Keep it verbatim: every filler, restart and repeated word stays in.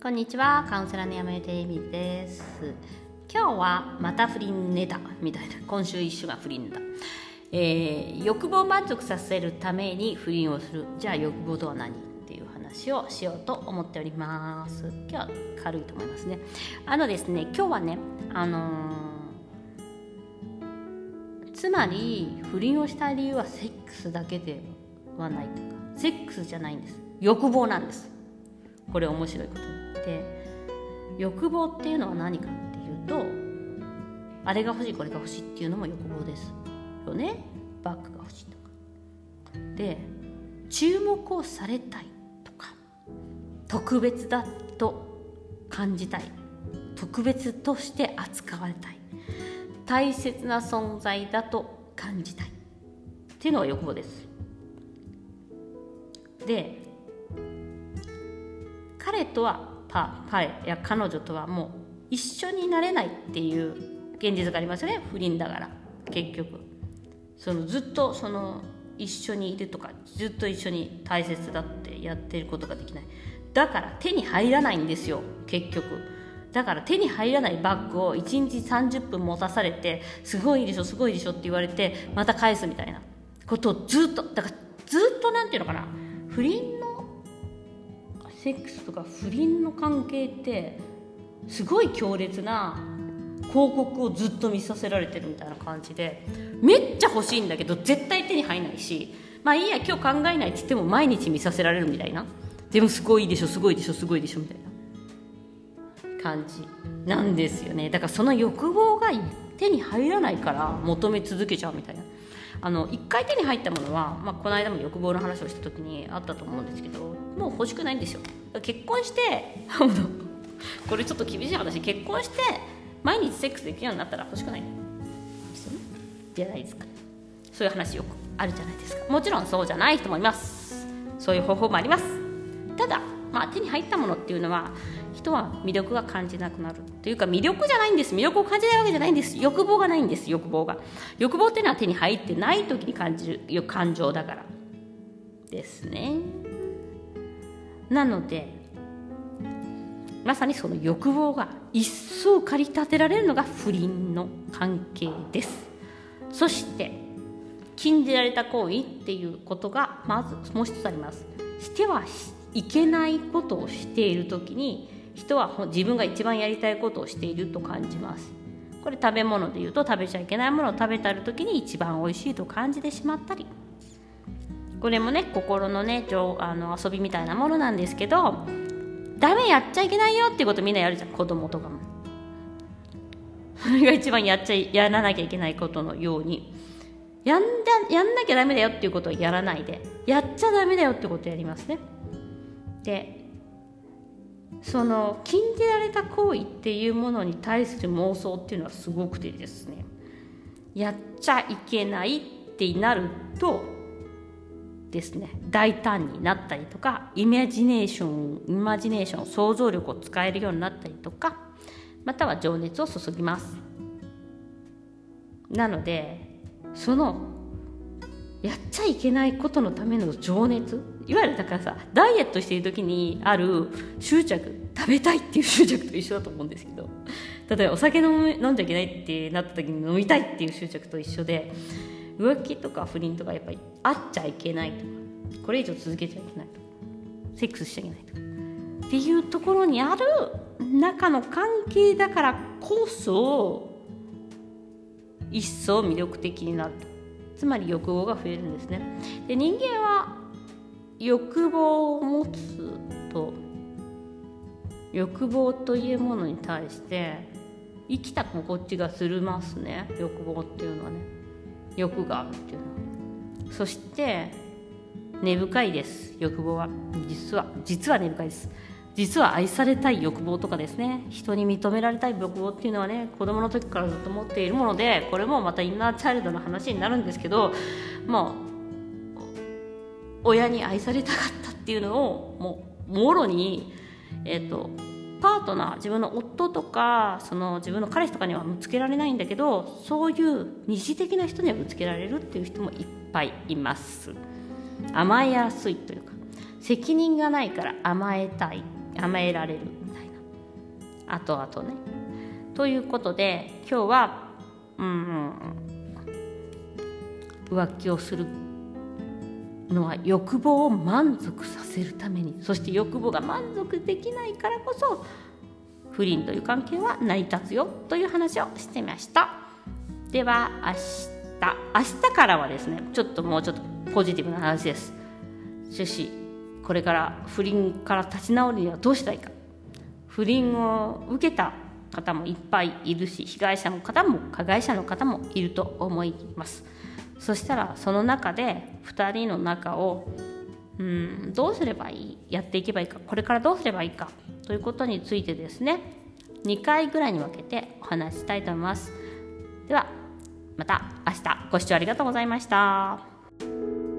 こんにちは、カウンセラーの山根てみです。今日はまた不倫ネタみたいな、今週一週が不倫だ、えー、欲望を満足させるために不倫をする。じゃあ欲望とは何っていう話をしようと思っております。今日は軽いと思いますね。あのですね、今日はね、あのー、つまり不倫をした理由はセックスだけではないとか、セックスじゃないんです。欲望なんです。これ面白いことで、欲望っていうのは何かっていうと、あれが欲しいこれが欲しいっていうのも欲望ですよね。バッグが欲しいとかで、注目をされたいとか、特別だと感じたい、特別として扱われたい、大切な存在だと感じたいっていうのが欲望です。で、彼とはパ彼や彼女とはもう一緒になれないっていう現実がありますよね。不倫だから結局そのずっとその一緒にいるとか、ずっと一緒に大切だってやってることができない。だから手に入らないんですよ結局。だから手に入らないバッグをいちにちさんじゅっぷん持たされて、すごいでしょすごいでしょって言われて、また返すみたいなことをずっと、だからずっとなんていうのかな、不倫のセックスとか不倫の関係ってすごい強烈な広告をずっと見させられてるみたいな感じで、めっちゃ欲しいんだけど絶対手に入らないし、まあいいや今日考えないって言っても毎日見させられるみたいな、でもすごいでしょすごいでしょすごいでしょみたいな感じなんですよね。だからその欲望が手に入らないから求め続けちゃうみたいな。あの一回手に入ったものは、まあ、この間も欲望の話をした時にあったと思うんですけど、もう欲しくないんですよ。結婚してこれちょっと厳しい話、結婚して毎日セックスできるようになったら欲しくないですよね。じゃないですか。そういう話よくあるじゃないですか。もちろんそうじゃない人もいます。そういう方法もあります。ただ、まあ、手に入ったものっていうのは人は魅力が感じなくなるというか、魅力じゃないんです。魅力を感じないわけじゃないんです。欲望がないんです。欲望が欲望っていうのは手に入ってない時に感じる感情だからですね。なのでまさにその欲望が一層駆り立てられるのが不倫の関係です。そして禁じられた行為っていうことがまずもう一つあります。してはいけないことをしているときに、人は自分が一番やりたいことをしていると感じます。これ食べ物でいうと、食べちゃいけないものを食べてあるときに一番おいしいと感じてしまったり、これもね心のねあの遊びみたいなものなんですけど、ダメやっちゃいけないよっていうことみんなやるじゃん、子供とかも。それが一番やっちゃいやらなきゃいけないことのように、やんだやんなきゃダメだよっていうことをやらないで、やっちゃダメだよってことをやりますね。で、その禁じられた行為っていうものに対する妄想っていうのはすごくてですね、やっちゃいけないってなるとですね、大胆になったりとか、イマジネーションイマジネーション想像力を使えるようになったりとか、または情熱を注ぎます。なのでそのやっちゃいけないことのための情熱、いわゆるだからさ、ダイエットしている時にある執着、食べたいっていう執着と一緒だと思うんですけど、例えばお酒飲む飲んじゃいけないってなった時に飲みたいっていう執着と一緒で、浮気とか不倫とかやっぱりあっちゃいけないとか、これ以上続けちゃいけないとか、セックスしちゃいけないとかっていうところにある中の関係だからこそ一層魅力的になると。つまり欲望が増えるんですね。で、人間は欲望を持つと、欲望というものに対して生きた心地がするますね。欲望っていうのはね、欲があるっていうのは。そして根深いです。欲望は実は実は根深いです。実は愛されたい欲望とかですね、人に認められたい欲望っていうのはね、子供の時からずっと持っているもので、これもまたインナーチャイルドの話になるんですけど、もう親に愛されたかったっていうのをもうもろに、えーと、パートナー、自分の夫とかその自分の彼氏とかにはぶつけられないんだけど、そういう二次的な人にはぶつけられるっていう人もいっぱいいます。甘えやすいというか、責任がないから甘えたい、甘えられるみたい後々ね。ということで今日は、うん、浮気をするのは欲望を満足させるために、そして欲望が満足できないからこそ不倫という関係は成り立つよという話をしてみました。では明日明日からはですね、ちょっともうちょっとポジティブな話です。しかしこれから不倫から立ち直るにはどうしたらいいか。不倫を受けた方もいっぱいいるし、被害者の方も加害者の方もいると思います。そしたらその中でふたりの仲をうんどうすればいい、やっていけばいいか、これからどうすればいいかということについてですね、にかいぐらいに分けてお話ししたいと思います。ではまた明日ご視聴ありがとうございました。